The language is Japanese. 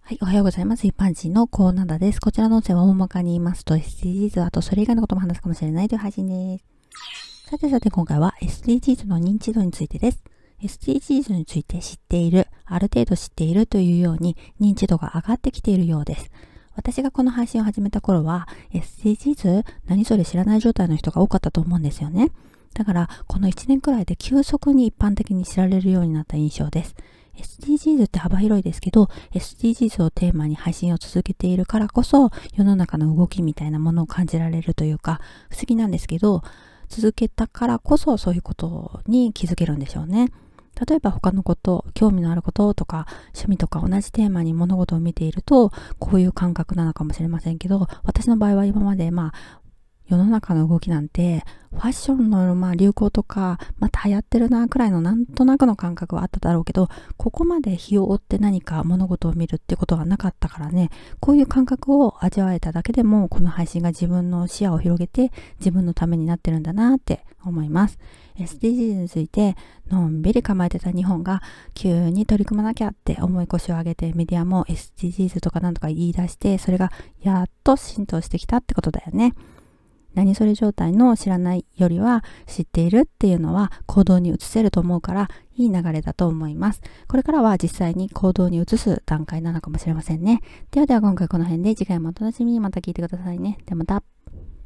はい、おはようございます。一般人のコーナーです。こちらの音声は大まかに言いますと SDGs、あとそれ以外のことも話すかもしれないという配信です。さて今回は SDGs の認知度についてです。SDGs について知っている、ある程度知っているというように認知度が上がってきているようです。私がこの配信を始めた頃は SDGs 何それ知らない状態の人が多かったと思うんですよね。だからこの1年くらいで急速に一般的に知られるようになった印象です。SDGs って幅広いですけど、SDGs をテーマに配信を続けているからこそ、世の中の動きみたいなものを感じられるというか、不思議なんですけど、続けたからこそそういうことに気づけるんでしょうね。例えば他のこと、興味のあることとか、趣味とか同じテーマに物事を見ていると、こういう感覚なのかもしれませんけど、私の場合は今まで世の中の動きなんて、ファッションの流行とか、また流行ってるなくらいのなんとなくの感覚はあっただろうけど、ここまで日を追って何か物事を見るってことはなかったからね、こういう感覚を味わえただけでも、この配信が自分の視野を広げて、自分のためになってるんだなって思います。SDGs について、のんびり構えてた日本が、急に取り組まなきゃって思い腰を上げて、メディアも SDGs とかなんとか言い出して、それがやっと浸透してきたってことだよね。何それ状態の知らないよりは知っているっていうのは行動に移せると思うからいい流れだと思います。これからは実際に行動に移す段階なのかもしれませんね。では今回この辺で次回もお楽しみにまた聞いてくださいね。ではまた。